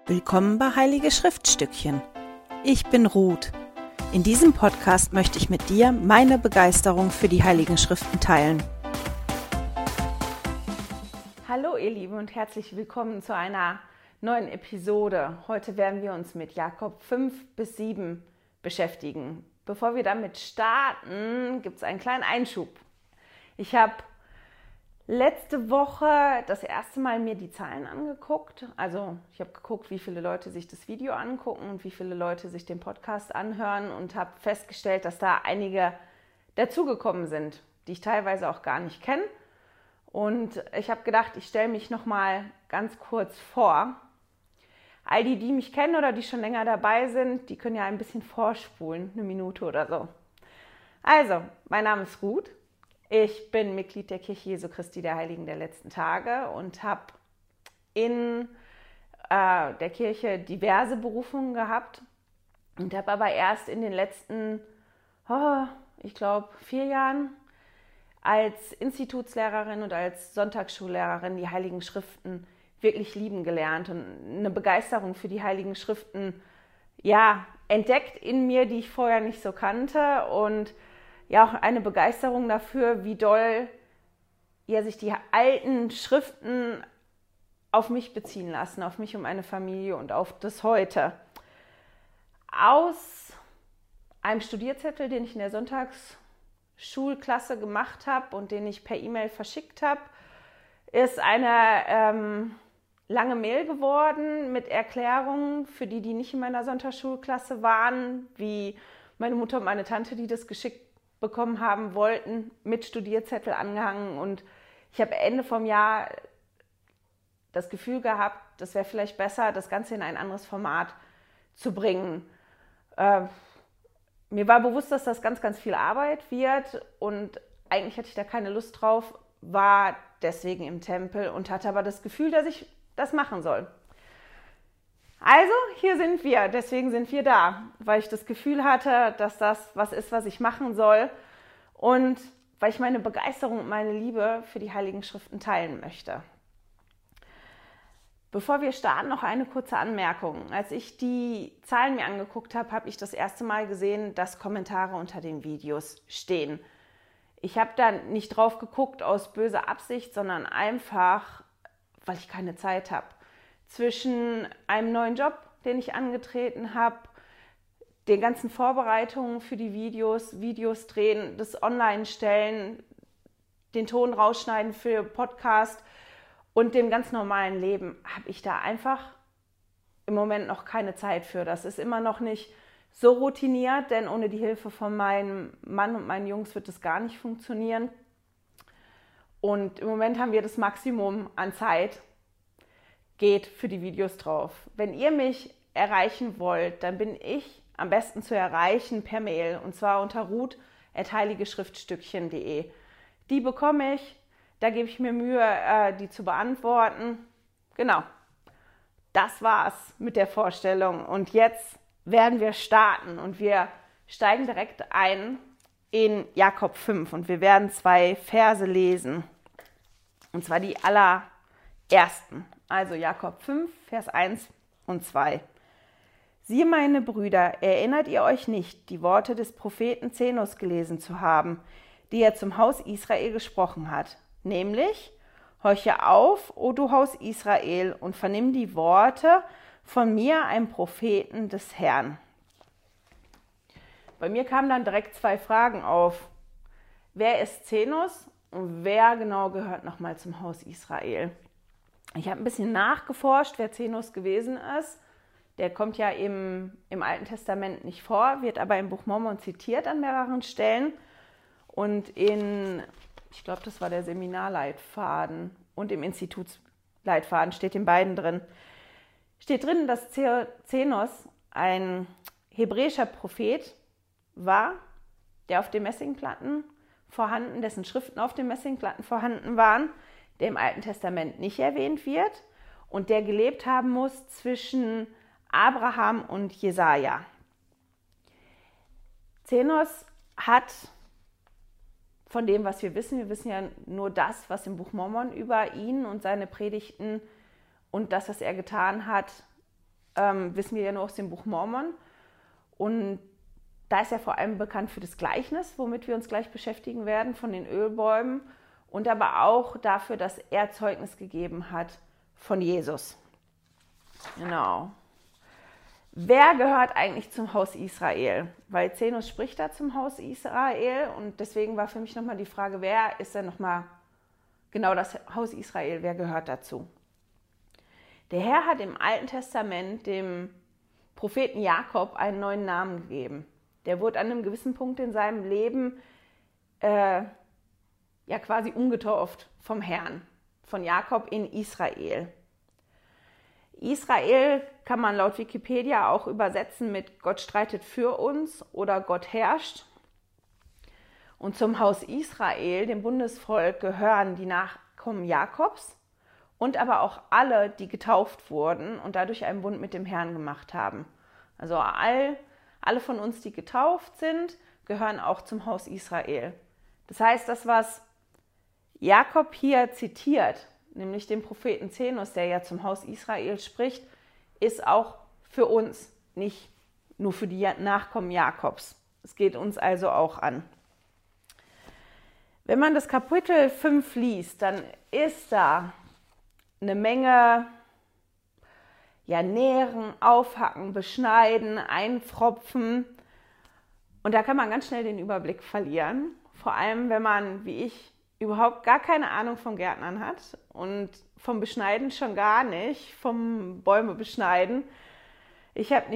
Willkommen bei Heilige Schriftstückchen. Ich bin Ruth. In diesem Podcast möchte ich mit dir meine Begeisterung für die Heiligen Schriften teilen. Hallo ihr Lieben und herzlich willkommen zu einer neuen Episode. Heute werden wir uns mit Jakob 5-7 beschäftigen. Bevor wir damit starten, gibt es einen kleinen Einschub. Ich habe letzte Woche das erste Mal mir die Zahlen angeguckt. Also ich habe geguckt, wie viele Leute sich das Video angucken und wie viele Leute sich den Podcast anhören und habe festgestellt, dass da einige dazugekommen sind, die ich teilweise auch gar nicht kenne. Und ich habe gedacht, ich stelle mich noch mal ganz kurz vor. All die, die mich kennen oder die schon länger dabei sind, die können ja ein bisschen vorspulen, eine Minute oder so. Also, mein Name ist Ruth. Ich bin Mitglied der Kirche Jesu Christi der Heiligen der letzten Tage und habe in der Kirche diverse Berufungen gehabt und habe aber erst in den letzten, ich glaube, 4 Jahren als Institutslehrerin und als Sonntagsschullehrerin die Heiligen Schriften wirklich lieben gelernt und eine Begeisterung für die Heiligen Schriften entdeckt in mir, die ich vorher nicht so kannte, und auch eine Begeisterung dafür, wie doll sich die alten Schriften auf mich beziehen lassen, auf mich und meine Familie und auf das Heute. Aus einem Studierzettel, den ich in der Sonntagsschulklasse gemacht habe und den ich per E-Mail verschickt habe, ist eine lange Mail geworden mit Erklärungen für die, die nicht in meiner Sonntagsschulklasse waren, wie meine Mutter und meine Tante, die das geschickt bekommen haben wollten, mit Studierzettel angehangen. Und ich habe Ende vom Jahr das Gefühl gehabt, das wäre vielleicht besser, das Ganze in ein anderes Format zu bringen. Mir war bewusst, dass das ganz, ganz viel Arbeit wird und eigentlich hatte ich da keine Lust drauf, war deswegen im Tempel und hatte aber das Gefühl, dass ich das machen soll. Also, hier sind wir, deswegen sind wir da, weil ich das Gefühl hatte, dass das was ist, was ich machen soll und weil ich meine Begeisterung und meine Liebe für die Heiligen Schriften teilen möchte. Bevor wir starten, noch eine kurze Anmerkung. Als ich die Zahlen mir angeguckt habe, habe ich das erste Mal gesehen, dass Kommentare unter den Videos stehen. Ich habe da nicht drauf geguckt aus böser Absicht, sondern einfach, weil ich keine Zeit habe. Zwischen einem neuen Job, den ich angetreten habe, den ganzen Vorbereitungen für die Videos drehen, das Online-Stellen, den Ton rausschneiden für Podcast und dem ganz normalen Leben, habe ich da einfach im Moment noch keine Zeit für. Das ist immer noch nicht so routiniert, denn ohne die Hilfe von meinem Mann und meinen Jungs wird es gar nicht funktionieren. Und im Moment haben wir das Maximum an Zeit, geht für die Videos drauf. Wenn ihr mich erreichen wollt, dann bin ich am besten zu erreichen per Mail, und zwar unter ruth@heiligeschriftstückchen.de. Die bekomme ich, da gebe ich mir Mühe, die zu beantworten. Genau, das war's mit der Vorstellung und jetzt werden wir starten und wir steigen direkt ein in Jakob 5 und wir werden 2 Verse lesen, und zwar die allerersten. Also Jakob 5, Vers 1 und 2. Siehe, meine Brüder, erinnert ihr euch nicht, die Worte des Propheten Zenos gelesen zu haben, die er zum Haus Israel gesprochen hat? Nämlich, horche auf, o du Haus Israel, und vernimm die Worte von mir, einem Propheten des Herrn. Bei mir kamen dann direkt 2 Fragen auf. Wer ist Zenos und wer genau gehört nochmal zum Haus Israel? Ich habe ein bisschen nachgeforscht, wer Zenos gewesen ist. Der kommt ja im Alten Testament nicht vor, wird aber im Buch Mormon zitiert an mehreren Stellen. Und ich glaube, das war der Seminarleitfaden und im Institutsleitfaden, steht in beiden drin. Steht drin, dass Zenos ein hebräischer Prophet war, der auf den Messingplatten vorhanden, dessen Schriften auf den Messingplatten vorhanden waren, der im Alten Testament nicht erwähnt wird und der gelebt haben muss zwischen Abraham und Jesaja. Zenos hat, von dem, was wir wissen ja nur das, was im Buch Mormon über ihn und seine Predigten und das, was er getan hat, wissen wir ja nur aus dem Buch Mormon. Und da ist er vor allem bekannt für das Gleichnis, womit wir uns gleich beschäftigen werden, von den Ölbäumen. Und aber auch dafür, dass er Zeugnis gegeben hat von Jesus. Genau. Wer gehört eigentlich zum Haus Israel? Weil Zenos spricht da zum Haus Israel und deswegen war für mich nochmal die Frage, wer ist denn nochmal genau das Haus Israel, wer gehört dazu? Der Herr hat im Alten Testament dem Propheten Jakob einen neuen Namen gegeben. Der wurde an einem gewissen Punkt in seinem Leben quasi umgetauft vom Herrn, von Jakob in Israel. Israel kann man laut Wikipedia auch übersetzen mit Gott streitet für uns oder Gott herrscht. Und zum Haus Israel, dem Bundesvolk, gehören die Nachkommen Jakobs und aber auch alle, die getauft wurden und dadurch einen Bund mit dem Herrn gemacht haben. Also alle von uns, die getauft sind, gehören auch zum Haus Israel. Das heißt, das, was Jakob hier zitiert, nämlich den Propheten Zenos, der ja zum Haus Israel spricht, ist auch für uns, nicht nur für die Nachkommen Jakobs. Es geht uns also auch an. Wenn man das Kapitel 5 liest, dann ist da eine Menge nähren, aufhacken, beschneiden, einpfropfen. Und da kann man ganz schnell den Überblick verlieren. Vor allem, wenn man, wie ich, überhaupt gar keine Ahnung vom Gärtnern hat und vom Beschneiden schon gar nicht, vom Bäume beschneiden. Ich habe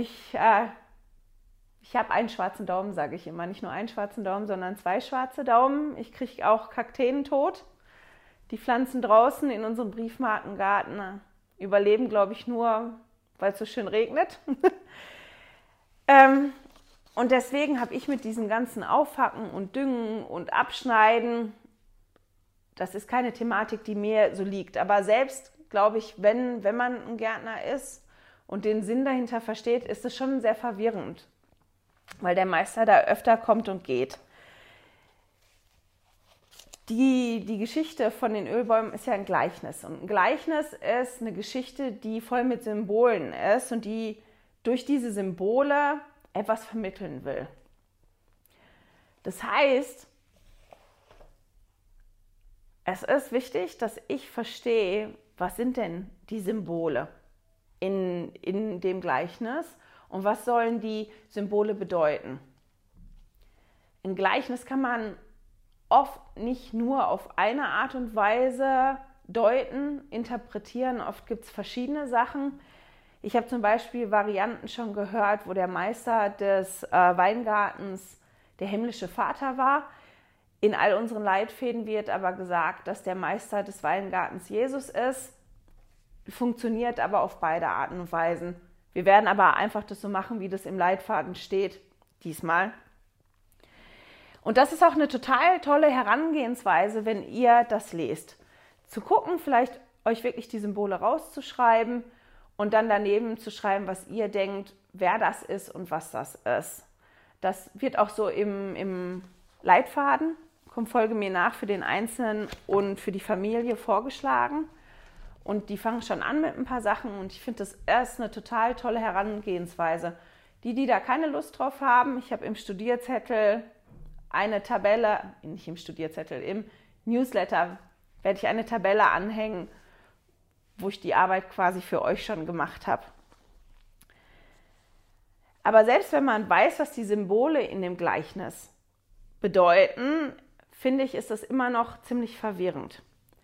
einen schwarzen Daumen, sage ich immer. Nicht nur einen schwarzen Daumen, sondern 2 schwarze Daumen. Ich kriege auch Kakteen tot. Die Pflanzen draußen in unserem Briefmarkengarten überleben, glaube ich, nur, weil es so schön regnet. Und deswegen habe ich mit diesem ganzen Aufhacken und Düngen und Abschneiden, das ist keine Thematik, die mir so liegt. Aber selbst, glaube ich, wenn man ein Gärtner ist und den Sinn dahinter versteht, ist es schon sehr verwirrend, weil der Meister da öfter kommt und geht. Die Geschichte von den Ölbäumen ist ja ein Gleichnis. Und ein Gleichnis ist eine Geschichte, die voll mit Symbolen ist und die durch diese Symbole etwas vermitteln will. Das heißt, es ist wichtig, dass ich verstehe, was sind denn die Symbole in dem Gleichnis und was sollen die Symbole bedeuten. Ein Gleichnis kann man oft nicht nur auf eine Art und Weise deuten, interpretieren. Oft gibt es verschiedene Sachen. Ich habe zum Beispiel Varianten schon gehört, wo der Meister des Weingartens der himmlische Vater war. In all unseren Leitfäden wird aber gesagt, dass der Meister des Weingartens Jesus ist. Funktioniert aber auf beide Arten und Weisen. Wir werden aber einfach das so machen, wie das im Leitfaden steht, diesmal. Und das ist auch eine total tolle Herangehensweise, wenn ihr das lest. Zu gucken, vielleicht euch wirklich die Symbole rauszuschreiben und dann daneben zu schreiben, was ihr denkt, wer das ist und was das ist. Das wird auch so im Leitfaden, komm, folge mir nach, für den Einzelnen und für die Familie vorgeschlagen. Und die fangen schon an mit ein paar Sachen und ich finde, das ist eine total tolle Herangehensweise. Die da keine Lust drauf haben, ich habe im Studierzettel eine Tabelle, nicht im Studierzettel, im Newsletter werde ich eine Tabelle anhängen, wo ich die Arbeit quasi für euch schon gemacht habe. Aber selbst wenn man weiß, was die Symbole in dem Gleichnis bedeuten, finde ich, ist das immer noch ziemlich verwirrend.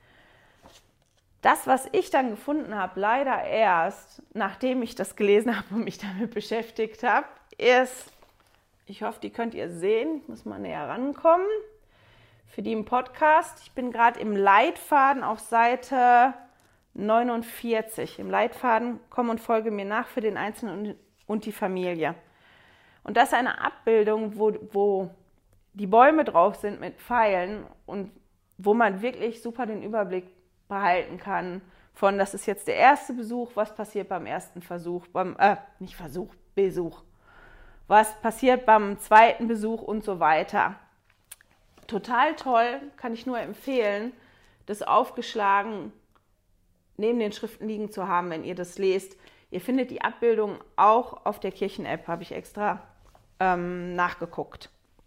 Das, was ich dann gefunden habe, leider erst, nachdem ich das gelesen habe und mich damit beschäftigt habe, ist, ich hoffe, die könnt ihr sehen, ich muss mal näher rankommen, für die im Podcast. Ich bin gerade im Leitfaden auf Seite 49. Im Leitfaden komm und folge mir nach für den Einzelnen und die Familie. Und das ist eine Abbildung, wo die Bäume drauf sind mit Pfeilen und wo man wirklich super den Überblick behalten kann von, das ist jetzt der erste Besuch, was passiert beim ersten Versuch, Besuch. Was passiert beim zweiten Besuch und so weiter. Total toll, kann ich nur empfehlen, das aufgeschlagen neben den Schriften liegen zu haben, wenn ihr das lest. Ihr findet die Abbildung auch auf der Kirchen-App, habe ich extra nachgeguckt.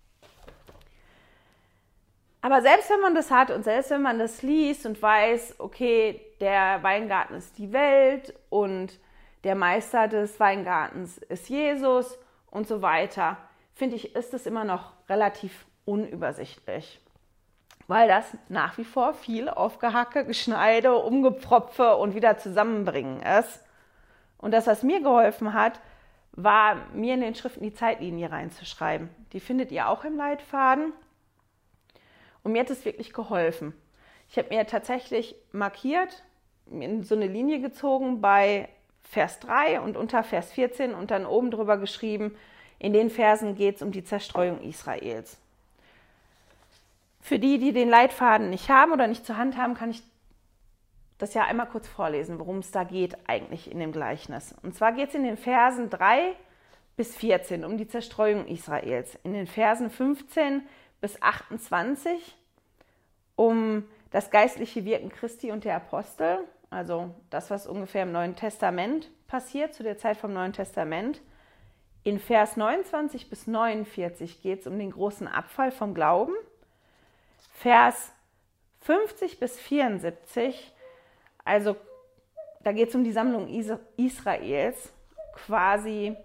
Aber selbst wenn man das hat und selbst wenn man das liest und weiß, okay, der Weingarten ist die Welt und der Meister des Weingartens ist Jesus und so weiter, finde ich, ist es immer noch relativ unübersichtlich, weil das nach wie vor viel Aufgehacke, Geschneide, Umgepropfe und wieder zusammenbringen ist. Und das, was mir geholfen hat, war, mir in den Schriften die Zeitlinie reinzuschreiben. Die findet ihr auch im Leitfaden. Und mir hat es wirklich geholfen. Ich habe mir tatsächlich markiert, in so eine Linie gezogen bei Vers 3 und unter Vers 14 und dann oben drüber geschrieben, in den Versen geht es um die Zerstreuung Israels. Für die, die den Leitfaden nicht haben oder nicht zur Hand haben, kann ich das ja einmal kurz vorlesen, worum es da geht eigentlich in dem Gleichnis. Und zwar geht es in den Versen 3 bis 14 um die Zerstreuung Israels. In den Versen 15 bis 28 um das geistliche Wirken Christi und der Apostel, also das, was ungefähr im Neuen Testament passiert, zu der Zeit vom Neuen Testament. In Vers 29 bis 49 geht es um den großen Abfall vom Glauben. Vers 50 bis 74, also da geht es um die Sammlung Israels, quasi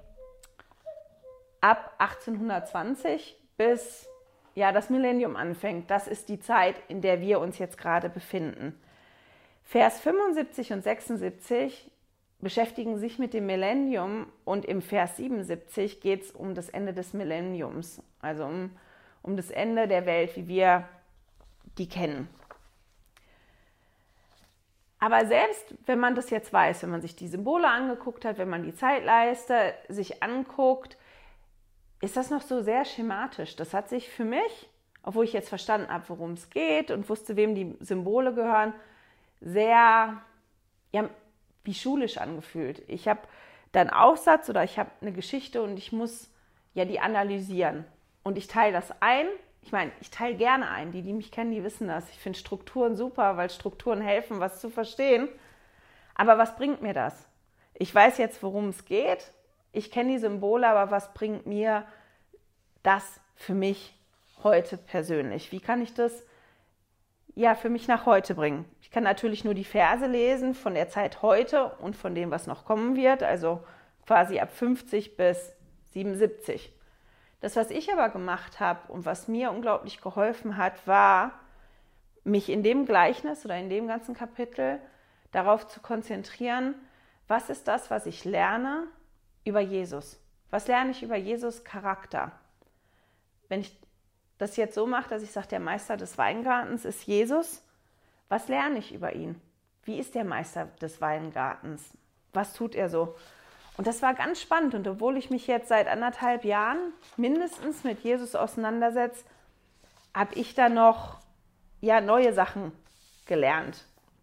ab 1820 bis das Millennium anfängt. Das ist die Zeit, in der wir uns jetzt gerade befinden. Vers 75 und 76 beschäftigen sich mit dem Millennium und im Vers 77 geht es um das Ende des Millenniums, also um das Ende der Welt, wie wir die kennen. Aber selbst wenn man das jetzt weiß, wenn man sich die Symbole angeguckt hat, wenn man die Zeitleiste sich anguckt, ist das noch so sehr schematisch. Das hat sich für mich, obwohl ich jetzt verstanden habe, worum es geht und wusste, wem die Symbole gehören, sehr wie schulisch angefühlt. Ich habe da einen Aufsatz oder ich habe eine Geschichte und ich muss die analysieren. Und ich teile das ein. Ich meine, ich teile gerne ein. Die mich kennen, die wissen das. Ich finde Strukturen super, weil Strukturen helfen, was zu verstehen. Aber was bringt mir das? Ich weiß jetzt, worum es geht. Ich kenne die Symbole, aber was bringt mir das für mich heute persönlich? Wie kann ich das für mich nach heute bringen? Ich kann natürlich nur die Verse lesen von der Zeit heute und von dem, was noch kommen wird, also quasi ab 50 bis 77. Das, was ich aber gemacht habe und was mir unglaublich geholfen hat, war, mich in dem Gleichnis oder in dem ganzen Kapitel darauf zu konzentrieren, was ist das, was ich lerne über Jesus? Was lerne ich über Jesus Charakter? Wenn ich das jetzt so mache, dass ich sage, der Meister des Weingartens ist Jesus, was lerne ich über ihn? Wie ist der Meister des Weingartens? Was tut er so? Und das war ganz spannend. Und obwohl ich mich jetzt seit 1,5 Jahren mindestens mit Jesus auseinandersetze, habe ich da noch neue Sachen gelernt.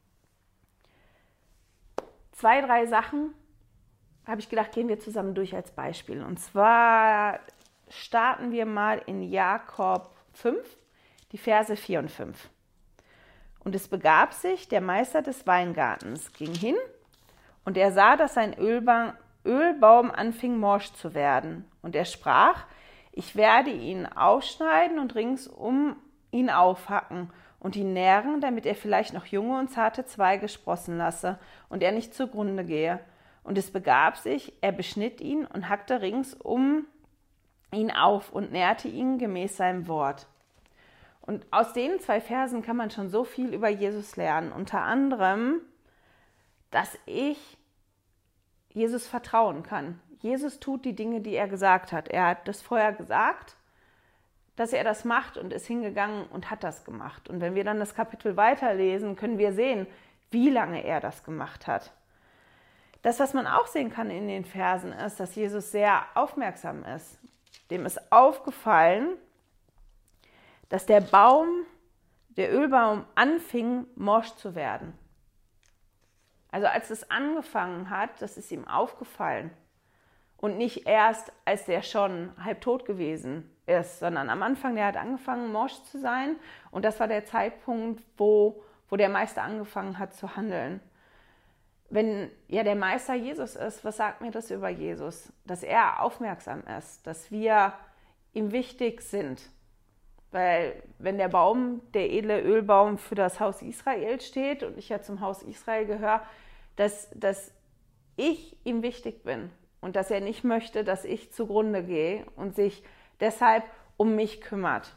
2, 3 Sachen habe ich gedacht, gehen wir zusammen durch als Beispiel. Und zwar starten wir mal in Jakob 5, die Verse 4 und 5. Und es begab sich, der Meister des Weingartens ging hin und er sah, dass sein Ölbaum anfing morsch zu werden. Und er sprach, ich werde ihn aufschneiden und ringsum ihn aufhacken und ihn nähren, damit er vielleicht noch junge und zarte Zweige sprossen lasse und er nicht zugrunde gehe. Und es begab sich, er beschnitt ihn und hackte ringsum ihn auf und nährte ihn gemäß seinem Wort. Und aus den 2 Versen kann man schon so viel über Jesus lernen. Unter anderem, dass ich Jesus vertrauen kann. Jesus tut die Dinge, die er gesagt hat. Er hat das vorher gesagt, dass er das macht und ist hingegangen und hat das gemacht. Und wenn wir dann das Kapitel weiterlesen, können wir sehen, wie lange er das gemacht hat. Das, was man auch sehen kann in den Versen, ist, dass Jesus sehr aufmerksam ist. Dem ist aufgefallen, dass der Ölbaum anfing, morsch zu werden. Also als es angefangen hat, das ist ihm aufgefallen. Und nicht erst, als der schon halbtot gewesen ist, sondern am Anfang, der hat angefangen, morsch zu sein. Und das war der Zeitpunkt, wo der Meister angefangen hat zu handeln. Wenn ja der Meister Jesus ist, was sagt mir das über Jesus? Dass er aufmerksam ist, dass wir ihm wichtig sind. Weil wenn der Baum, der edle Ölbaum für das Haus Israel steht und ich ja zum Haus Israel gehöre, dass ich ihm wichtig bin und dass er nicht möchte, dass ich zugrunde gehe und sich deshalb um mich kümmert.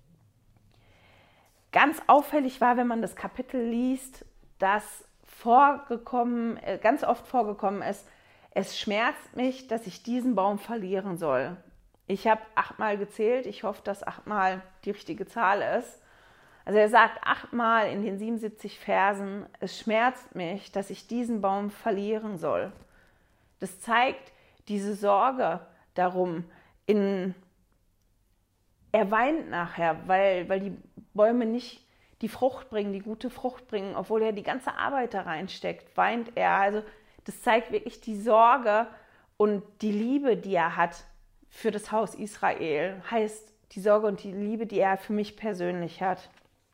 Ganz auffällig war, wenn man das Kapitel liest, dass ganz oft vorgekommen ist, es schmerzt mich, dass ich diesen Baum verlieren soll. Ich habe 8-mal gezählt, ich hoffe, dass 8-mal die richtige Zahl ist. Also er sagt 8-mal in den 77 Versen, es schmerzt mich, dass ich diesen Baum verlieren soll. Das zeigt diese Sorge darum. Er weint nachher, weil die Bäume nicht die Frucht bringen, die gute Frucht bringen, obwohl er die ganze Arbeit da reinsteckt, weint er. Also das zeigt wirklich die Sorge und die Liebe, die er hat für das Haus Israel. Heißt die Sorge und die Liebe, die er für mich persönlich hat.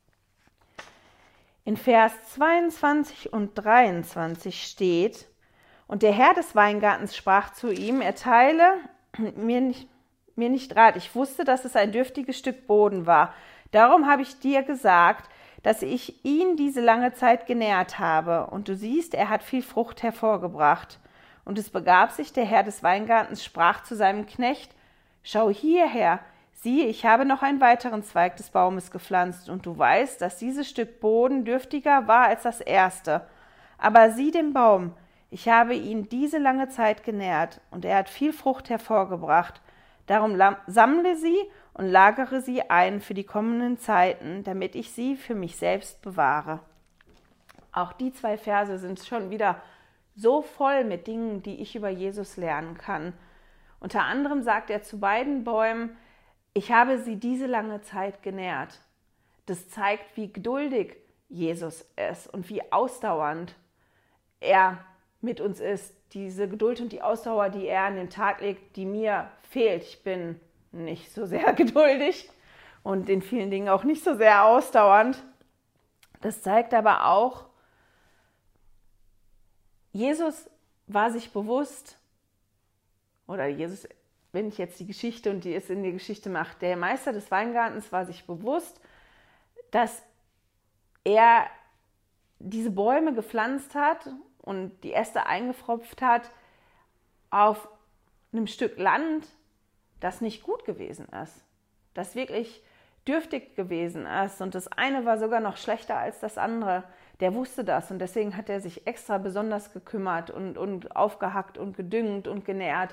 In Vers 22 und 23 steht, und der Herr des Weingartens sprach zu ihm, erteile mir nicht Rat. Ich wusste, dass es ein dürftiges Stück Boden war. Darum habe ich dir gesagt, dass ich ihn diese lange Zeit genährt habe. Und du siehst, er hat viel Frucht hervorgebracht. Und es begab sich, der Herr des Weingartens sprach zu seinem Knecht, schau hierher, siehe, ich habe noch einen weiteren Zweig des Baumes gepflanzt. Und du weißt, dass dieses Stück Boden dürftiger war als das erste. Aber sieh den Baum, ich habe ihn diese lange Zeit genährt, und er hat viel Frucht hervorgebracht. Darum sammle sie und lagere sie ein für die kommenden Zeiten, damit ich sie für mich selbst bewahre. Auch die 2 Verse sind schon wieder so voll mit Dingen, die ich über Jesus lernen kann. Unter anderem sagt er zu beiden Bäumen, ich habe sie diese lange Zeit genährt. Das zeigt, wie geduldig Jesus ist und wie ausdauernd er mit uns ist. Diese Geduld und die Ausdauer, die er an den Tag legt, die mir fehlt. Ich bin nicht so sehr geduldig und in vielen Dingen auch nicht so sehr ausdauernd. Das zeigt aber auch, Jesus war sich bewusst, oder Jesus, wenn ich jetzt die Geschichte und die es in die Geschichte mache, der Meister des Weingartens war sich bewusst, dass er diese Bäume gepflanzt hat und die Äste eingepfropft hat auf einem Stück Land, das nicht gut gewesen ist, das wirklich dürftig gewesen ist. Und das eine war sogar noch schlechter als das andere. Der wusste das und deswegen hat er sich extra besonders gekümmert und aufgehackt und gedüngt und genährt.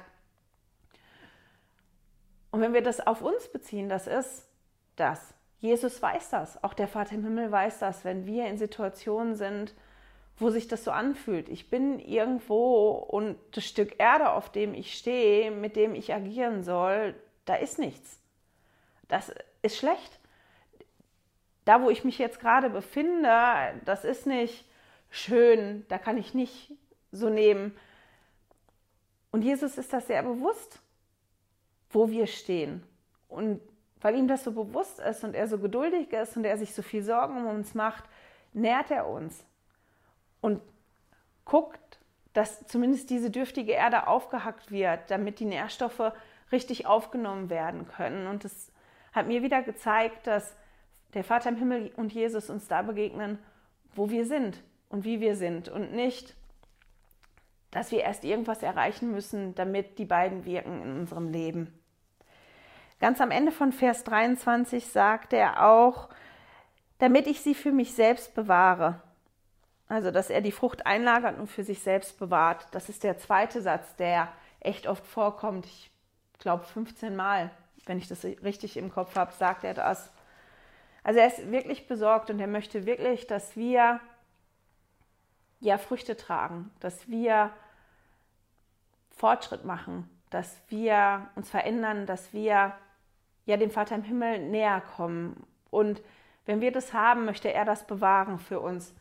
Und wenn wir das auf uns beziehen, das ist das. Jesus weiß das, auch der Vater im Himmel weiß das, wenn wir in Situationen sind, wo sich das so anfühlt. Ich bin irgendwo und das Stück Erde, auf dem ich stehe, mit dem ich agieren soll, da ist nichts. Das ist schlecht. Da, wo ich mich jetzt gerade befinde, das ist nicht schön, da kann ich nicht so nehmen. Und Jesus ist das sehr bewusst, wo wir stehen. Und weil ihm das so bewusst ist und er so geduldig ist und er sich so viel Sorgen um uns macht, nährt er uns und guckt, dass zumindest diese dürftige Erde aufgehackt wird, damit die Nährstoffe richtig aufgenommen werden können. Und es hat mir wieder gezeigt, dass der Vater im Himmel und Jesus uns da begegnen, wo wir sind und wie wir sind und nicht, dass wir erst irgendwas erreichen müssen, damit die beiden wirken in unserem Leben. Ganz am Ende von Vers 23 sagt er auch, damit ich sie für mich selbst bewahre. Also, dass er die Frucht einlagert und für sich selbst bewahrt. Das ist der zweite Satz, der echt oft vorkommt. Ich glaube 15 Mal, wenn ich das richtig im Kopf habe, sagt er das. Also er ist wirklich besorgt und er möchte wirklich, dass wir ja Früchte tragen, dass wir Fortschritt machen, dass wir uns verändern, dass wir ja dem Vater im Himmel näher kommen. Und wenn wir das haben, möchte er das bewahren für uns.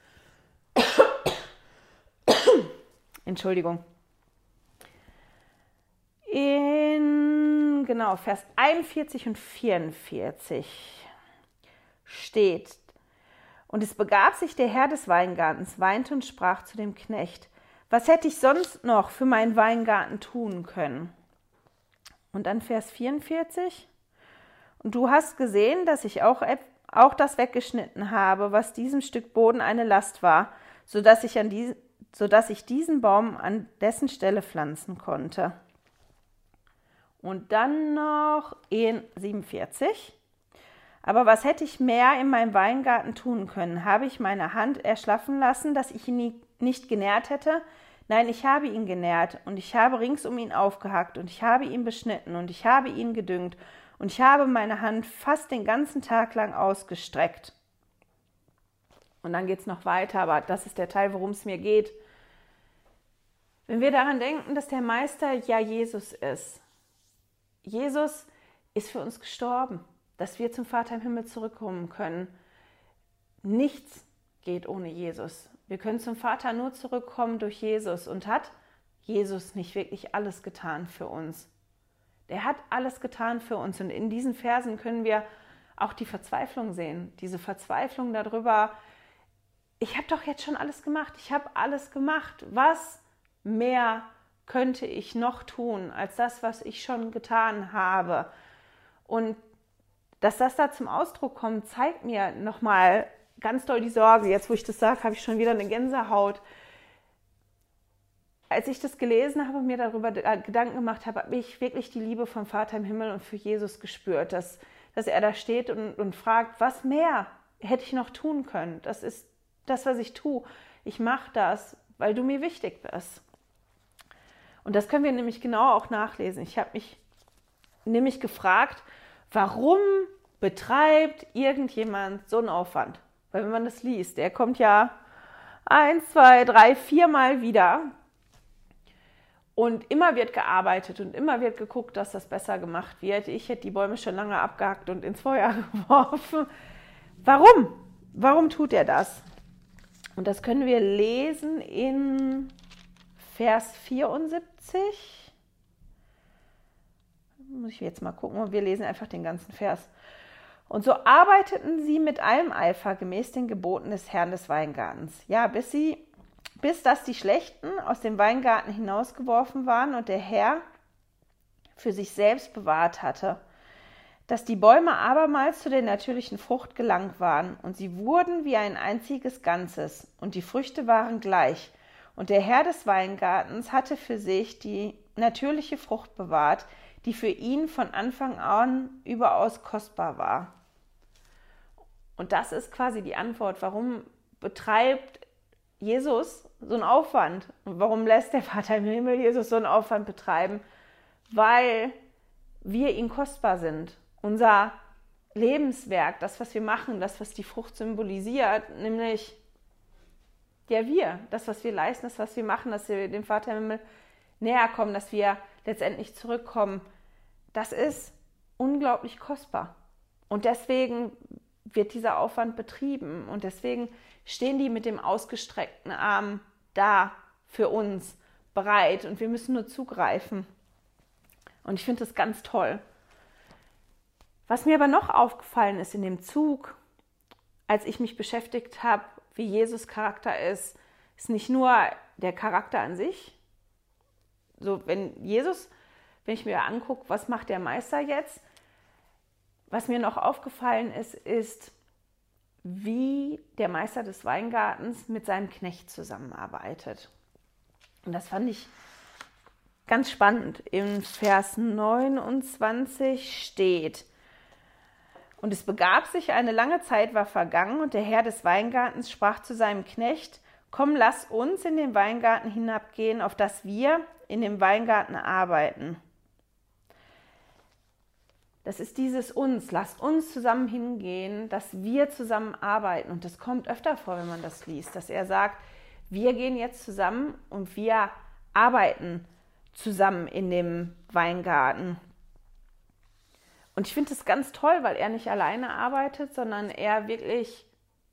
Entschuldigung. In Vers 41 und 44 steht: Und es begab sich, der Herr des Weingartens weinte und sprach zu dem Knecht: Was hätte ich sonst noch für meinen Weingarten tun können? Und dann Vers 44. Und du hast gesehen, dass ich auch das weggeschnitten habe, was diesem Stück Boden eine Last war, sodass ich diesen Baum an dessen Stelle pflanzen konnte. Und dann noch in 47. Aber was hätte ich mehr in meinem Weingarten tun können? Habe ich meine Hand erschlaffen lassen, dass ich ihn nicht genährt hätte? Nein, ich habe ihn genährt und ich habe rings um ihn aufgehackt und ich habe ihn beschnitten und ich habe ihn gedüngt und ich habe meine Hand fast den ganzen Tag lang ausgestreckt. Und dann geht es noch weiter, aber das ist der Teil, worum es mir geht. Wenn wir daran denken, dass der Meister ja Jesus ist. Jesus ist für uns gestorben, dass wir zum Vater im Himmel zurückkommen können. Nichts geht ohne Jesus. Wir können zum Vater nur zurückkommen durch Jesus. Und hat Jesus nicht wirklich alles getan für uns? Der hat alles getan für uns. Und in diesen Versen können wir auch die Verzweiflung sehen. Diese Verzweiflung darüber, ich habe doch jetzt schon alles gemacht. Ich habe alles gemacht. Was mehr könnte ich noch tun, als das, was ich schon getan habe? Und dass das da zum Ausdruck kommt, zeigt mir nochmal ganz doll die Sorge. Jetzt, wo ich das sage, habe ich schon wieder eine Gänsehaut. Als ich das gelesen habe und mir darüber Gedanken gemacht habe, habe ich wirklich die Liebe vom Vater im Himmel und für Jesus gespürt, dass er da steht und fragt, was mehr hätte ich noch tun können? Das ist das, was ich tue. Ich mache das, weil du mir wichtig bist. Und das können wir nämlich genau auch nachlesen. Ich habe mich nämlich gefragt, warum betreibt irgendjemand so einen Aufwand? Weil wenn man das liest, der kommt ja 1, 2, 3, 4 Mal wieder und immer wird gearbeitet und immer wird geguckt, dass das besser gemacht wird. Ich hätte die Bäume schon lange abgehackt und ins Feuer geworfen. Warum? Warum tut er das? Und das können wir lesen in Vers 74. Muss ich jetzt mal gucken und wir lesen einfach den ganzen Vers. Und so arbeiteten sie mit allem Eifer gemäß den Geboten des Herrn des Weingartens. Ja, bis dass die Schlechten aus dem Weingarten hinausgeworfen waren und der Herr für sich selbst bewahrt hatte, dass die Bäume abermals zu der natürlichen Frucht gelangt waren und sie wurden wie ein einziges Ganzes und die Früchte waren gleich. Und der Herr des Weingartens hatte für sich die natürliche Frucht bewahrt, die für ihn von Anfang an überaus kostbar war. Und das ist quasi die Antwort, warum betreibt Jesus so einen Aufwand? Und warum lässt der Vater im Himmel Jesus so einen Aufwand betreiben? Weil wir ihm kostbar sind. Unser Lebenswerk, das, was wir machen, das, was die Frucht symbolisiert, nämlich das, was wir leisten, das, was wir machen, dass wir dem Vater im Himmel näher kommen, dass wir letztendlich zurückkommen, das ist unglaublich kostbar. Und deswegen wird dieser Aufwand betrieben und deswegen stehen die mit dem ausgestreckten Arm da für uns bereit und wir müssen nur zugreifen. Und ich finde das ganz toll. Was mir aber noch aufgefallen ist in dem Zug, als ich mich beschäftigt habe, wie Jesus Charakter ist nicht nur der Charakter an sich. So, wenn ich mir angucke, was macht der Meister jetzt? Was mir noch aufgefallen ist, wie der Meister des Weingartens mit seinem Knecht zusammenarbeitet. Und das fand ich ganz spannend. Im Vers 29 steht: Und es begab sich, eine lange Zeit war vergangen, und der Herr des Weingartens sprach zu seinem Knecht: Komm, lass uns in den Weingarten hinabgehen, auf dass wir in dem Weingarten arbeiten. Das ist dieses uns, lasst uns zusammen hingehen, dass wir zusammen arbeiten. Und das kommt öfter vor, wenn man das liest, dass er sagt, wir gehen jetzt zusammen und wir arbeiten zusammen in dem Weingarten. Und ich finde das ganz toll, weil er nicht alleine arbeitet, sondern er wirklich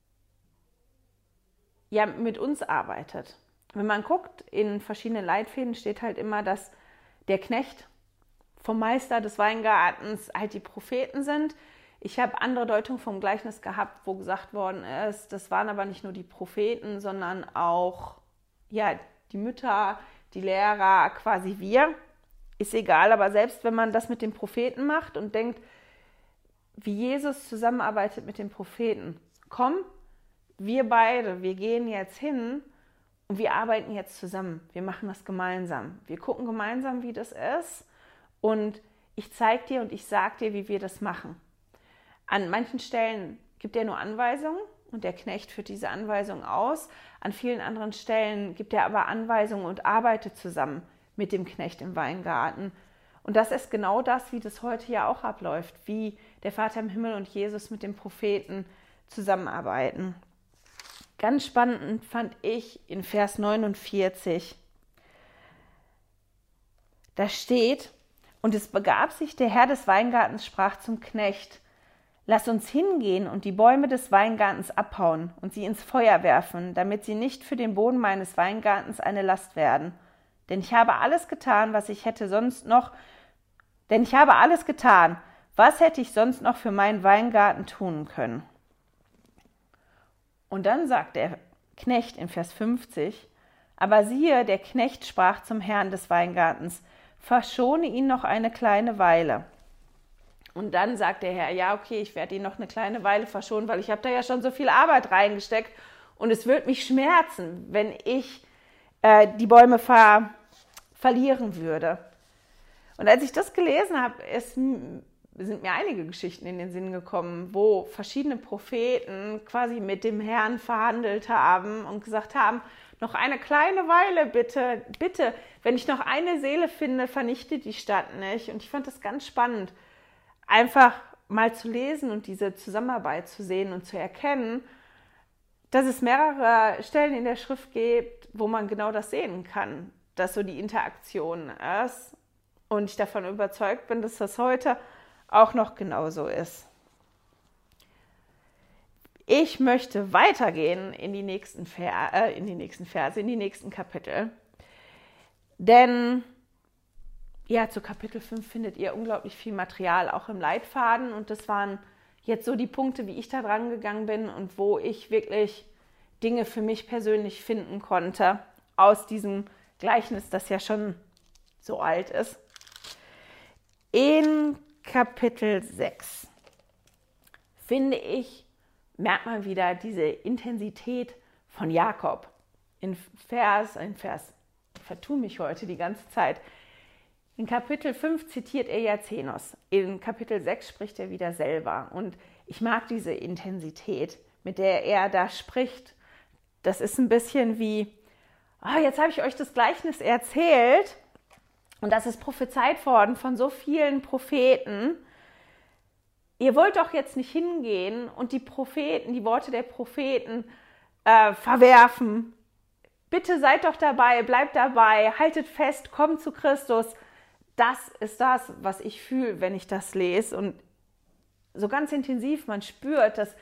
mit uns arbeitet. Wenn man guckt, in verschiedenen Leitfäden steht halt immer, dass der Knecht vom Meister des Weingartens halt die Propheten sind. Ich habe andere Deutungen vom Gleichnis gehabt, wo gesagt worden ist, das waren aber nicht nur die Propheten, sondern auch die Mütter, die Lehrer, quasi wir. Ist egal, aber selbst wenn man das mit den Propheten macht und denkt, wie Jesus zusammenarbeitet mit den Propheten. Komm, wir beide, wir gehen jetzt hin und wir arbeiten jetzt zusammen. Wir machen das gemeinsam. Wir gucken gemeinsam, wie das ist und ich zeige dir und ich sage dir, wie wir das machen. An manchen Stellen gibt er nur Anweisungen und der Knecht führt diese Anweisungen aus. An vielen anderen Stellen gibt er aber Anweisungen und arbeitet zusammen mit dem Knecht im Weingarten. Und das ist genau das, wie das heute ja auch abläuft, wie der Vater im Himmel und Jesus mit dem Propheten zusammenarbeiten. Ganz spannend fand ich in Vers 49, da steht, und es begab sich, der Herr des Weingartens sprach zum Knecht, lass uns hingehen und die Bäume des Weingartens abhauen und sie ins Feuer werfen, damit sie nicht für den Boden meines Weingartens eine Last werden. Denn ich habe alles getan, was hätte ich sonst noch für meinen Weingarten tun können. Und dann sagt der Knecht in Vers 50, aber siehe, der Knecht sprach zum Herrn des Weingartens, verschone ihn noch eine kleine Weile. Und dann sagt der Herr, ja okay, ich werde ihn noch eine kleine Weile verschonen, weil ich habe da ja schon so viel Arbeit reingesteckt und es wird mich schmerzen, wenn ich die Bäume verlieren würde. Und als ich das gelesen habe, sind mir einige Geschichten in den Sinn gekommen, wo verschiedene Propheten quasi mit dem Herrn verhandelt haben und gesagt haben, noch eine kleine Weile bitte, bitte, wenn ich noch eine Seele finde, vernichte die Stadt nicht. Und ich fand das ganz spannend, einfach mal zu lesen und diese Zusammenarbeit zu sehen und zu erkennen, dass es mehrere Stellen in der Schrift gibt, wo man genau das sehen kann, dass so die Interaktion ist. Und ich davon überzeugt bin, dass das heute auch noch genauso ist. Ich möchte weitergehen in die nächsten Verse, in die nächsten Kapitel. Denn ja, zu Kapitel 5 findet ihr unglaublich viel Material, auch im Leitfaden. Und das waren jetzt so die Punkte, wie ich da dran gegangen bin und wo ich wirklich Dinge für mich persönlich finden konnte aus diesem Gleichnis, das ja schon so alt ist. In Kapitel 6 finde ich, merkt man wieder diese Intensität von Jakob. Ich vertue mich heute die ganze Zeit. In Kapitel 5 zitiert er ja Zenos. In Kapitel 6 spricht er wieder selber. Und ich mag diese Intensität, mit der er da spricht. Das ist ein bisschen wie, jetzt habe ich euch das Gleichnis erzählt und das ist prophezeit worden von so vielen Propheten. Ihr wollt doch jetzt nicht hingehen und die Worte der Propheten verwerfen. Bitte seid doch dabei, bleibt dabei, haltet fest, kommt zu Christus. Das ist das, was ich fühle, wenn ich das lese. Und so ganz intensiv, man spürt, dass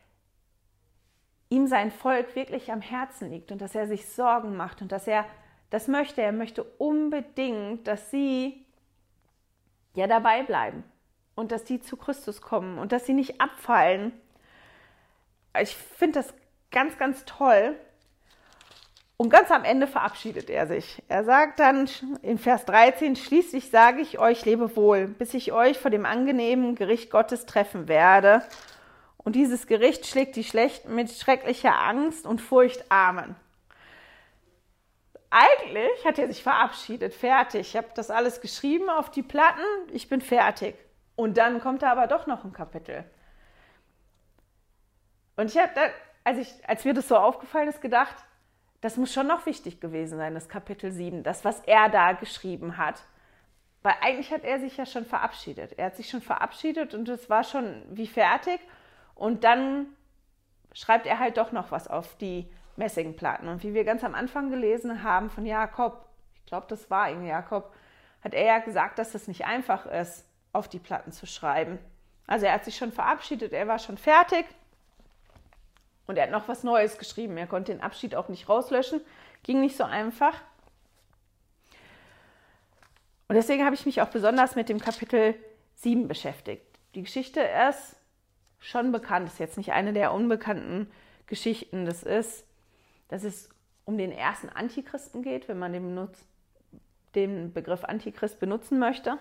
ihm sein Volk wirklich am Herzen liegt und dass er sich Sorgen macht und dass er das möchte. Er möchte unbedingt, dass sie ja dabei bleiben und dass die zu Christus kommen und dass sie nicht abfallen. Ich finde das ganz, ganz toll. Und ganz am Ende verabschiedet er sich. Er sagt dann in Vers 13, schließlich sage ich euch, lebewohl, bis ich euch vor dem angenehmen Gericht Gottes treffen werde. Und dieses Gericht schlägt die Schlechten mit schrecklicher Angst und Furcht Amen. Eigentlich hat er sich verabschiedet, fertig. Ich habe das alles geschrieben auf die Platten, ich bin fertig. Und dann kommt da aber doch noch ein Kapitel. Und ich habe da, als mir das so aufgefallen ist, gedacht, das muss schon noch wichtig gewesen sein, das Kapitel 7, das, was er da geschrieben hat. Weil eigentlich hat er sich ja schon verabschiedet. Er hat sich schon verabschiedet und es war schon wie fertig. Und dann schreibt er halt doch noch was auf die Messingplatten. Und wie wir ganz am Anfang gelesen haben von Jakob, ich glaube, das war ihm Jakob, hat er ja gesagt, dass das nicht einfach ist, auf die Platten zu schreiben. Also er hat sich schon verabschiedet, er war schon fertig. Und er hat noch was Neues geschrieben. Er konnte den Abschied auch nicht rauslöschen. Ging nicht so einfach. Und deswegen habe ich mich auch besonders mit dem Kapitel 7 beschäftigt. Die Geschichte ist schon bekannt. Das ist jetzt nicht eine der unbekannten Geschichten. Das ist um den ersten Antichristen geht, wenn man den Begriff Antichrist benutzen möchte.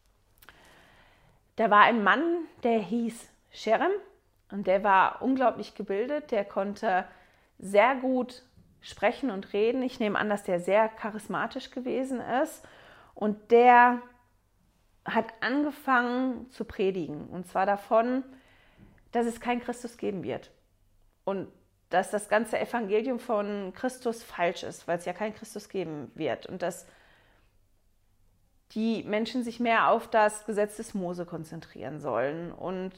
Da war ein Mann, der hieß Sherem und der war unglaublich gebildet, der konnte sehr gut sprechen und reden. Ich nehme an, dass der sehr charismatisch gewesen ist und der hat angefangen zu predigen und zwar davon, dass es keinen Christus geben wird und dass das ganze Evangelium von Christus falsch ist, weil es ja keinen Christus geben wird und dass die Menschen sich mehr auf das Gesetz des Mose konzentrieren sollen. Und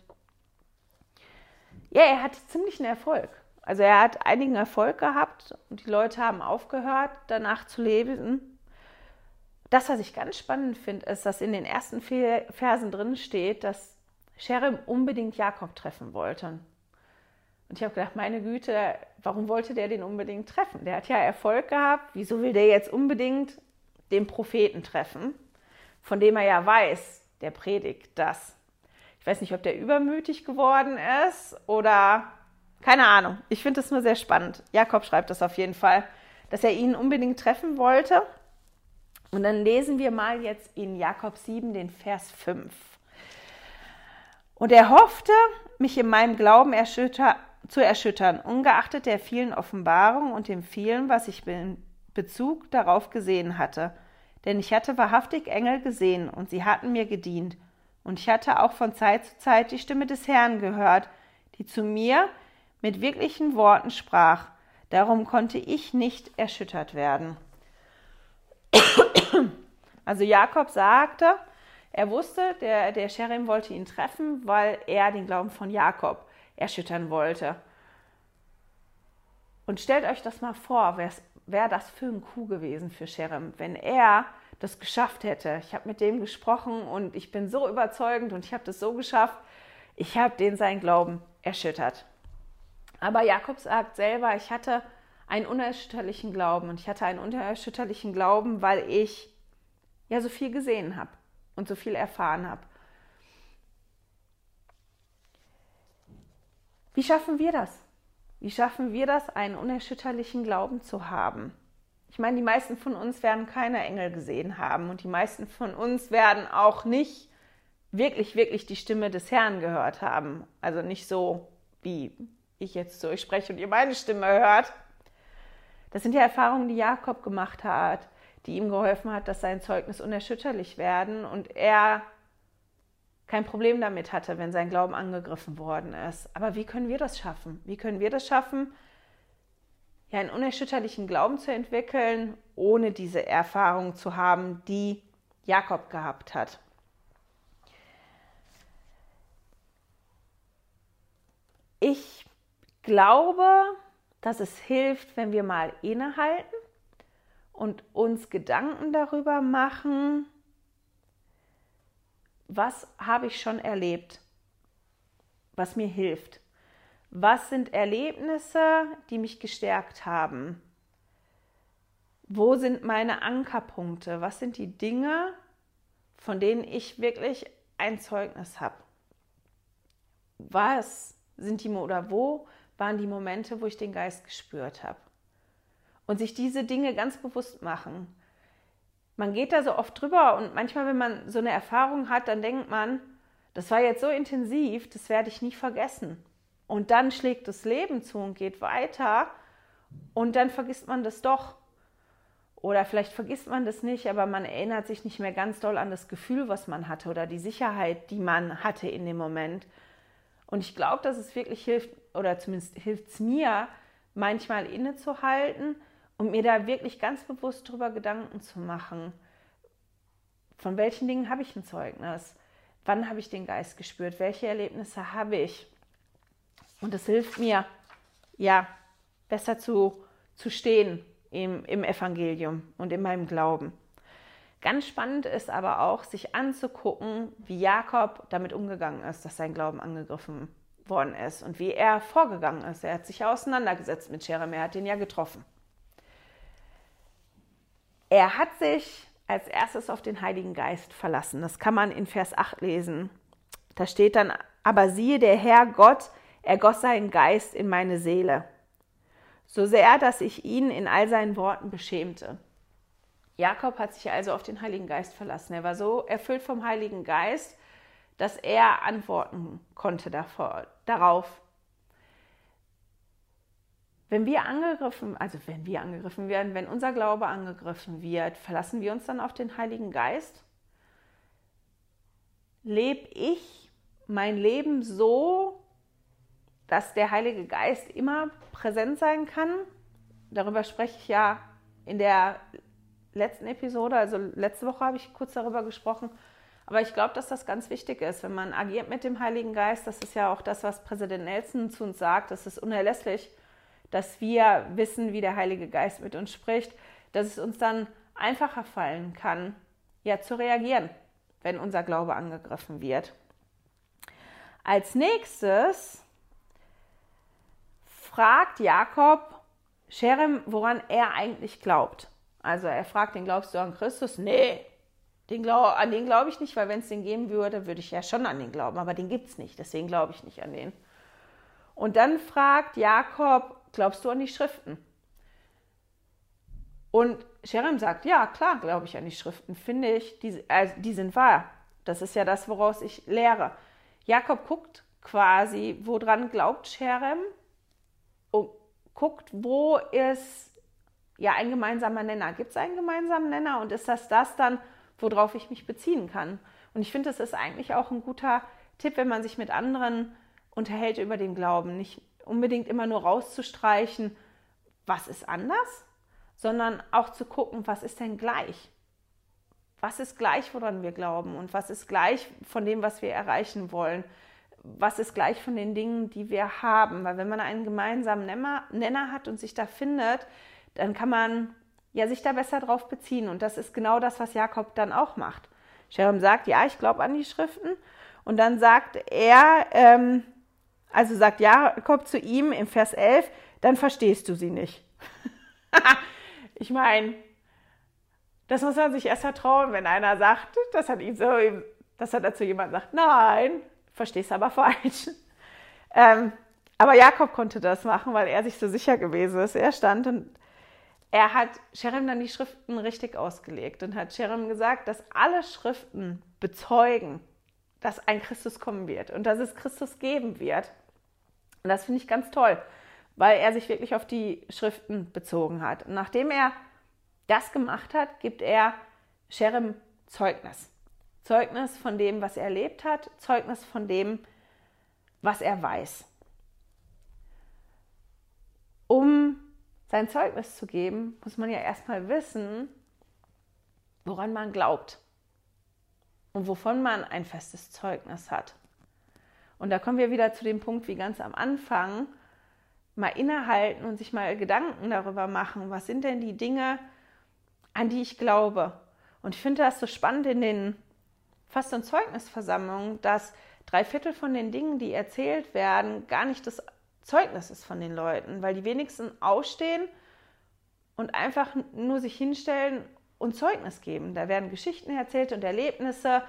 ja, er hatte ziemlichen Erfolg. Also er hat einigen Erfolg gehabt und die Leute haben aufgehört, danach zu leben. Das, was ich ganz spannend finde, ist, dass in den ersten 4 Versen drin steht, dass Sherem unbedingt Jakob treffen wollte. Und ich habe gedacht, meine Güte, warum wollte der den unbedingt treffen? Der hat ja Erfolg gehabt, wieso will der jetzt unbedingt den Propheten treffen, von dem er ja weiß, der predigt das. Ich weiß nicht, ob der übermütig geworden ist oder keine Ahnung. Ich finde es nur sehr spannend. Jakob schreibt das auf jeden Fall, dass er ihn unbedingt treffen wollte. Und dann lesen wir mal jetzt in Jakob 7 den Vers 5. Und er hoffte, mich in meinem Glauben zu erschüttern, ungeachtet der vielen Offenbarungen und dem vielen, was ich in Bezug darauf gesehen hatte. Denn ich hatte wahrhaftig Engel gesehen und sie hatten mir gedient. Und ich hatte auch von Zeit zu Zeit die Stimme des Herrn gehört, die zu mir mit wirklichen Worten sprach. Darum konnte ich nicht erschüttert werden. Also Jakob sagte, er wusste, der Sherem wollte ihn treffen, weil er den Glauben von Jakob erschüttern wollte. Und stellt euch das mal vor, wäre das für ein Coup gewesen für Sherem, wenn er das geschafft hätte. Ich habe mit dem gesprochen und ich bin so überzeugend und ich habe das so geschafft. Ich habe den seinen Glauben erschüttert. Aber Jakob sagt selber, ich hatte einen unerschütterlichen Glauben und ich hatte einen unerschütterlichen Glauben, weil ich ja so viel gesehen habe und so viel erfahren habe. Wie schaffen wir das? Wie schaffen wir das, einen unerschütterlichen Glauben zu haben? Ich meine, die meisten von uns werden keine Engel gesehen haben und die meisten von uns werden auch nicht wirklich die Stimme des Herrn gehört haben. Also nicht so, wie ich jetzt zu euch spreche und ihr meine Stimme hört. Das sind ja Erfahrungen, die Jakob gemacht hat, die ihm geholfen hat, dass sein Zeugnis unerschütterlich werden und er kein Problem damit hatte, wenn sein Glauben angegriffen worden ist. Aber wie können wir das schaffen? Wie können wir das schaffen, ja, einen unerschütterlichen Glauben zu entwickeln, ohne diese Erfahrung zu haben, die Jakob gehabt hat? Ich glaube, dass es hilft, wenn wir mal innehalten und uns Gedanken darüber machen, was habe ich schon erlebt, was mir hilft? Was sind Erlebnisse, die mich gestärkt haben? Wo sind meine Ankerpunkte? Was sind die Dinge, von denen ich wirklich ein Zeugnis habe? Was sind die oder wo waren die Momente, wo ich den Geist gespürt habe? Und sich diese Dinge ganz bewusst machen. Man geht da so oft drüber und manchmal, wenn man so eine Erfahrung hat, dann denkt man, das war jetzt so intensiv, das werde ich nie vergessen. Und dann schlägt das Leben zu und geht weiter und dann vergisst man das doch. Oder vielleicht vergisst man das nicht, aber man erinnert sich nicht mehr ganz doll an das Gefühl, was man hatte oder die Sicherheit, die man hatte in dem Moment. Und ich glaube, dass es wirklich hilft, oder zumindest hilft es mir, manchmal innezuhalten und mir da wirklich ganz bewusst drüber Gedanken zu machen. Von welchen Dingen habe ich ein Zeugnis? Wann habe ich den Geist gespürt? Welche Erlebnisse habe ich? Und es hilft mir, ja, besser zu stehen im Evangelium und in meinem Glauben. Ganz spannend ist aber auch, sich anzugucken, wie Jakob damit umgegangen ist, dass sein Glauben angegriffen worden ist und wie er vorgegangen ist. Er hat sich ja auseinandergesetzt mit Sherem, er hat ihn ja getroffen. Er hat sich als erstes auf den Heiligen Geist verlassen. Das kann man in Vers 8 lesen. Da steht dann, aber siehe, der Herr Gott ergoss seinen Geist in meine Seele. so sehr, dass ich ihn in all seinen Worten beschämte. Jakob hat sich also auf den Heiligen Geist verlassen. Er war so erfüllt vom Heiligen Geist, dass er antworten konnte darauf. Wenn unser Glaube angegriffen wird, verlassen wir uns dann auf den Heiligen Geist? Lebe ich mein Leben so, dass der Heilige Geist immer präsent sein kann? Darüber spreche ich ja in der letzten Episode, also letzte Woche habe ich kurz darüber gesprochen. Aber ich glaube, dass das ganz wichtig ist, wenn man agiert mit dem Heiligen Geist. Das ist ja auch das, was Präsident Nelson zu uns sagt. Das ist unerlässlich, dass wir wissen, wie der Heilige Geist mit uns spricht, dass es uns dann einfacher fallen kann, ja, zu reagieren, wenn unser Glaube angegriffen wird. Als nächstes fragt Jakob Scherem, woran er eigentlich glaubt. Also er fragt, den glaubst du an Christus? Nee, an den glaube ich nicht, weil wenn es den geben würde, würde ich ja schon an den glauben, aber den gibt es nicht, deswegen glaube ich nicht an den. Und dann fragt Jakob, glaubst du an die Schriften? Und Scherem sagt, ja, klar glaube ich an die Schriften, finde ich, die sind wahr. Das ist ja das, woraus ich lehre. Jakob guckt quasi, woran glaubt Scherem und guckt, wo ist ja ein gemeinsamer Nenner. Gibt es einen gemeinsamen Nenner und ist das dann, worauf ich mich beziehen kann? Und ich finde, das ist eigentlich auch ein guter Tipp, wenn man sich mit anderen unterhält über den Glauben. Nicht unbedingt immer nur rauszustreichen, was ist anders, sondern auch zu gucken, was ist denn gleich? Was ist gleich, woran wir glauben? Und was ist gleich von dem, was wir erreichen wollen? Was ist gleich von den Dingen, die wir haben? Weil wenn man einen gemeinsamen Nenner hat und sich da findet, dann kann man ja sich da besser drauf beziehen. Und das ist genau das, was Jakob dann auch macht. Scherem sagt, ja, ich glaube an die Schriften. Und dann sagt sagt Jakob zu ihm im Vers 11, dann verstehst du sie nicht. Ich meine, das muss man sich erst vertrauen, wenn einer sagt, dass er dazu jemand sagt, nein, verstehst aber falsch. Aber Jakob konnte das machen, weil er sich so sicher gewesen ist. Er stand und er hat Scherem dann die Schriften richtig ausgelegt und hat Scherem gesagt, dass alle Schriften bezeugen, dass ein Christus kommen wird und dass es Christus geben wird. Und das finde ich ganz toll, weil er sich wirklich auf die Schriften bezogen hat. Und nachdem er das gemacht hat, gibt er Scherem Zeugnis. Zeugnis von dem, was er erlebt hat, Zeugnis von dem, was er weiß. Um sein Zeugnis zu geben, muss man ja erstmal wissen, woran man glaubt und wovon man ein festes Zeugnis hat. Und da kommen wir wieder zu dem Punkt, wie ganz am Anfang, mal innehalten und sich mal Gedanken darüber machen, was sind denn die Dinge, an die ich glaube. Und ich finde das so spannend in den Fast- und Zeugnisversammlungen, dass 3/4 von den Dingen, die erzählt werden, gar nicht das Zeugnis ist von den Leuten, weil die wenigsten aufstehen und einfach nur sich hinstellen und Zeugnis geben. Da werden Geschichten erzählt und Erlebnisse,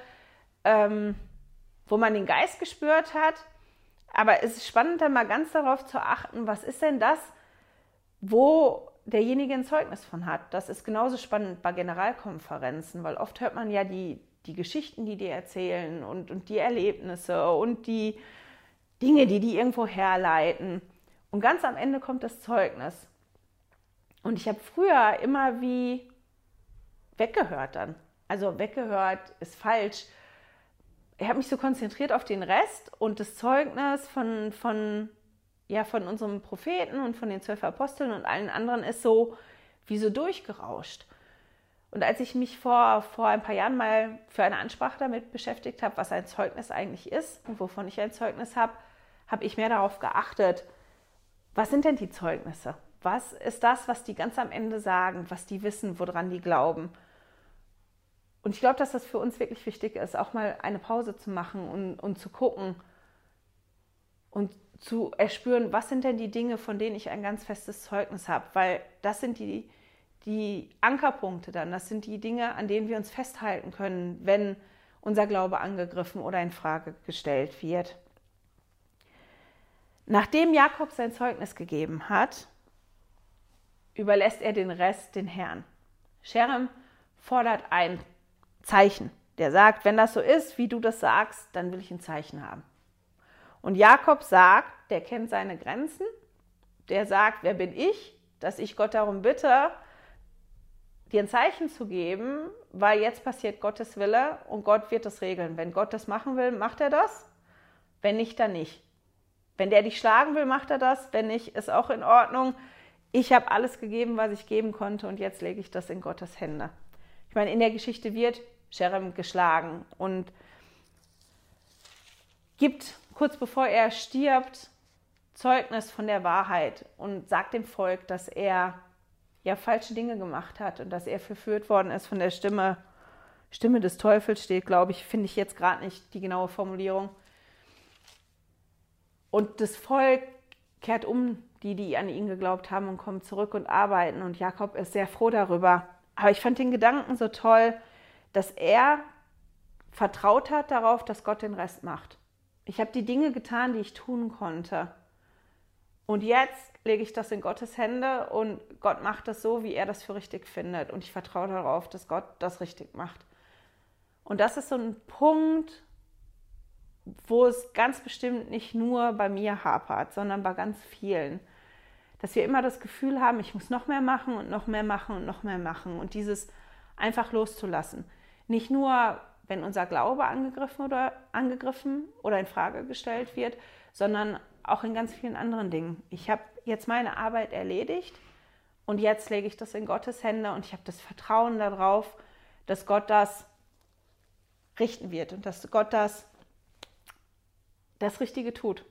wo man den Geist gespürt hat. Aber es ist spannend, dann mal ganz darauf zu achten, was ist denn das, wo derjenige ein Zeugnis von hat. Das ist genauso spannend bei Generalkonferenzen, weil oft hört man ja die Geschichten, die erzählen und die Erlebnisse und die Dinge, die irgendwo herleiten. Und ganz am Ende kommt das Zeugnis. Und ich habe früher immer wie weggehört dann. Also weggehört ist falsch. Ich habe mich so konzentriert auf den Rest und das Zeugnis von unserem Propheten und von den 12 Aposteln und allen anderen ist so wie so durchgerauscht. Und als ich mich vor ein paar Jahren mal für eine Ansprache damit beschäftigt habe, was ein Zeugnis eigentlich ist und wovon ich ein Zeugnis habe, habe ich mehr darauf geachtet, was sind denn die Zeugnisse? Was ist das, was die ganz am Ende sagen, was die wissen, woran die glauben? Und ich glaube, dass das für uns wirklich wichtig ist, auch mal eine Pause zu machen und zu gucken und zu erspüren, was sind denn die Dinge, von denen ich ein ganz festes Zeugnis habe? Weil das sind die Ankerpunkte dann, das sind die Dinge, an denen wir uns festhalten können, wenn unser Glaube angegriffen oder in Frage gestellt wird. Nachdem Jakob sein Zeugnis gegeben hat, überlässt er den Rest den Herrn. Sherem fordert ein Zeichen. Der sagt, wenn das so ist, wie du das sagst, dann will ich ein Zeichen haben. Und Jakob sagt, der kennt seine Grenzen. Der sagt, wer bin ich, dass ich Gott darum bitte, dir ein Zeichen zu geben, weil jetzt passiert Gottes Wille und Gott wird das regeln. Wenn Gott das machen will, macht er das. Wenn nicht, dann nicht. Wenn der dich schlagen will, macht er das. Wenn nicht, ist auch in Ordnung. Ich habe alles gegeben, was ich geben konnte und jetzt lege ich das in Gottes Hände. Ich meine, in der Geschichte wird Sherem geschlagen und gibt kurz bevor er stirbt Zeugnis von der Wahrheit und sagt dem Volk, dass er ja falsche Dinge gemacht hat und dass er verführt worden ist von der Stimme des Teufels steht, glaube ich, finde ich jetzt gerade nicht die genaue Formulierung. Und das Volk kehrt um, die an ihn geglaubt haben und kommen zurück und arbeiten und Jakob ist sehr froh darüber. Aber ich fand den Gedanken so toll, dass er vertraut hat darauf, dass Gott den Rest macht. Ich habe die Dinge getan, die ich tun konnte. Und jetzt lege ich das in Gottes Hände und Gott macht das so, wie er das für richtig findet. Und ich vertraue darauf, dass Gott das richtig macht. Und das ist so ein Punkt, wo es ganz bestimmt nicht nur bei mir hapert, sondern bei ganz vielen. Dass wir immer das Gefühl haben, ich muss noch mehr machen und noch mehr machen und noch mehr machen. Und dieses einfach loszulassen. Nicht nur, wenn unser Glaube angegriffen oder in Frage gestellt wird, sondern auch in ganz vielen anderen Dingen. Ich habe jetzt meine Arbeit erledigt und jetzt lege ich das in Gottes Hände und ich habe das Vertrauen darauf, dass Gott das richten wird und dass Gott das Richtige tut.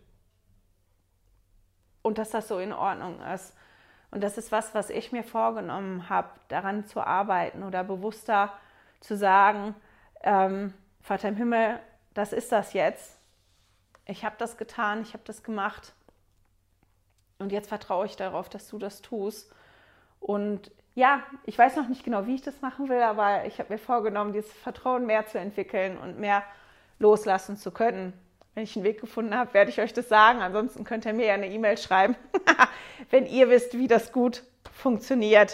Und dass das so in Ordnung ist. Und das ist was ich mir vorgenommen habe, daran zu arbeiten oder bewusster zu sagen, Vater im Himmel, das ist das jetzt. Ich habe das getan, ich habe das gemacht. Und jetzt vertraue ich darauf, dass du das tust. Und ja, ich weiß noch nicht genau, wie ich das machen will, aber ich habe mir vorgenommen, dieses Vertrauen mehr zu entwickeln und mehr loslassen zu können. Wenn ich einen Weg gefunden habe, werde ich euch das sagen. Ansonsten könnt ihr mir ja eine E-Mail schreiben, wenn ihr wisst, wie das gut funktioniert.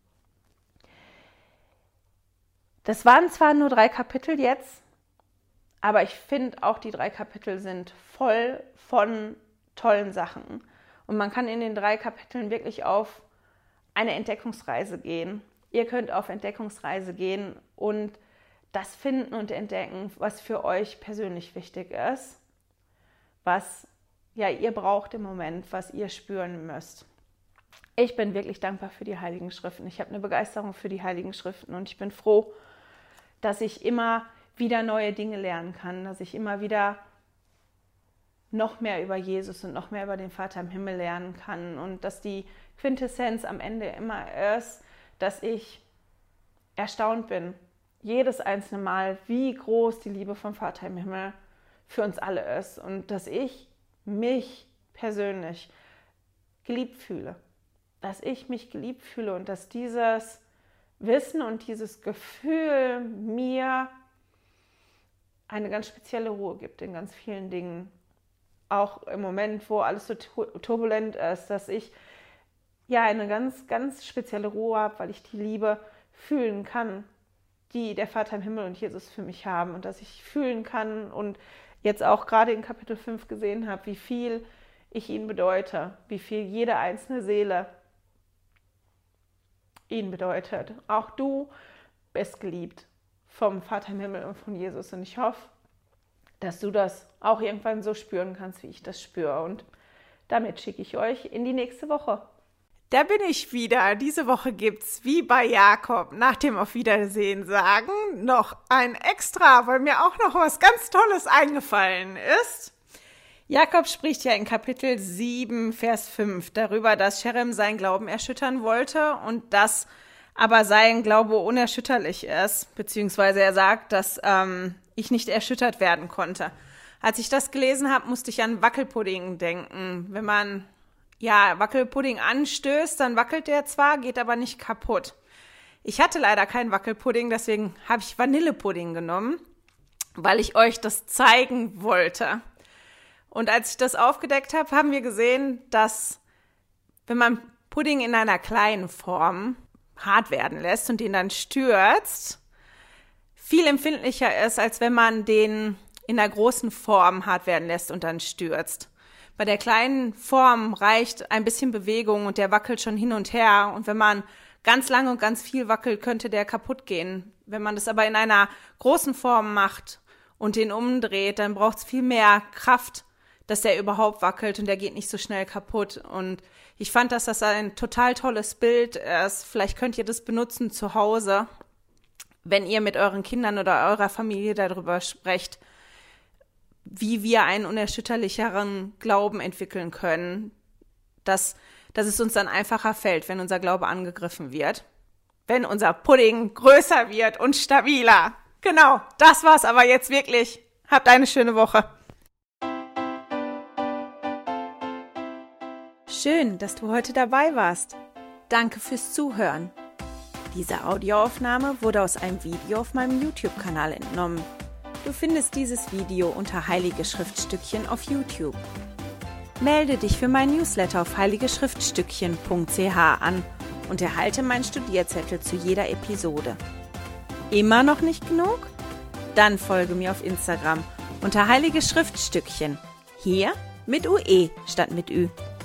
Das waren zwar nur 3 Kapitel jetzt, aber ich finde auch, die 3 Kapitel sind voll von tollen Sachen. Und man kann in den 3 Kapiteln wirklich auf eine Entdeckungsreise gehen. Ihr könnt auf Entdeckungsreise gehen und das finden und entdecken, was für euch persönlich wichtig ist, was ja ihr braucht im Moment, was ihr spüren müsst. Ich bin wirklich dankbar für die Heiligen Schriften. Ich habe eine Begeisterung für die Heiligen Schriften und ich bin froh, dass ich immer wieder neue Dinge lernen kann, dass ich immer wieder noch mehr über Jesus und noch mehr über den Vater im Himmel lernen kann und dass die Quintessenz am Ende immer ist, dass ich erstaunt bin, jedes einzelne Mal, wie groß die Liebe vom Vater im Himmel für uns alle ist und dass ich mich persönlich geliebt fühle. Dass ich mich geliebt fühle und dass dieses Wissen und dieses Gefühl mir eine ganz spezielle Ruhe gibt in ganz vielen Dingen. Auch im Moment, wo alles so turbulent ist, dass ich ja eine ganz, ganz spezielle Ruhe habe, weil ich die Liebe fühlen kann, die der Vater im Himmel und Jesus für mich haben und dass ich fühlen kann und jetzt auch gerade in Kapitel 5 gesehen habe, wie viel ich ihnen bedeute, wie viel jede einzelne Seele ihnen bedeutet. Auch du bist geliebt vom Vater im Himmel und von Jesus und ich hoffe, dass du das auch irgendwann so spüren kannst, wie ich das spüre und damit schicke ich euch in die nächste Woche. Da bin ich wieder. Diese Woche gibt's, wie bei Jakob, nach dem Auf Wiedersehen sagen, noch ein Extra, weil mir auch noch was ganz Tolles eingefallen ist. Jakob spricht ja in Kapitel 7, Vers 5 darüber, dass Sherem seinen Glauben erschüttern wollte und dass aber sein Glaube unerschütterlich ist, beziehungsweise er sagt, dass ich nicht erschüttert werden konnte. Als ich das gelesen habe, musste ich an Wackelpudding denken. Wenn man Wackelpudding anstößt, dann wackelt der zwar, geht aber nicht kaputt. Ich hatte leider keinen Wackelpudding, deswegen habe ich Vanillepudding genommen, weil ich euch das zeigen wollte. Und als ich das aufgedeckt habe, haben wir gesehen, dass wenn man Pudding in einer kleinen Form hart werden lässt und den dann stürzt, viel empfindlicher ist, als wenn man den in einer großen Form hart werden lässt und dann stürzt. Bei der kleinen Form reicht ein bisschen Bewegung und der wackelt schon hin und her. Und wenn man ganz lange und ganz viel wackelt, könnte der kaputt gehen. Wenn man das aber in einer großen Form macht und den umdreht, dann braucht es viel mehr Kraft, dass der überhaupt wackelt und der geht nicht so schnell kaputt. Und ich fand, dass das ein total tolles Bild ist. Vielleicht könnt ihr das benutzen zu Hause, wenn ihr mit euren Kindern oder eurer Familie darüber sprecht, wie wir einen unerschütterlicheren Glauben entwickeln können, dass es uns dann einfacher fällt, wenn unser Glaube angegriffen wird, wenn unser Pudding größer wird und stabiler. Genau, das war's aber jetzt wirklich. Habt eine schöne Woche. Schön, dass du heute dabei warst. Danke fürs Zuhören. Diese Audioaufnahme wurde aus einem Video auf meinem YouTube-Kanal entnommen. Du findest dieses Video unter Heilige Schriftstückchen auf YouTube. Melde dich für mein Newsletter auf heiligeschriftstückchen.ch an und erhalte meinen Studierzettel zu jeder Episode. Immer noch nicht genug? Dann folge mir auf Instagram unter Heilige Schriftstückchen. Hier mit UE statt mit Ü.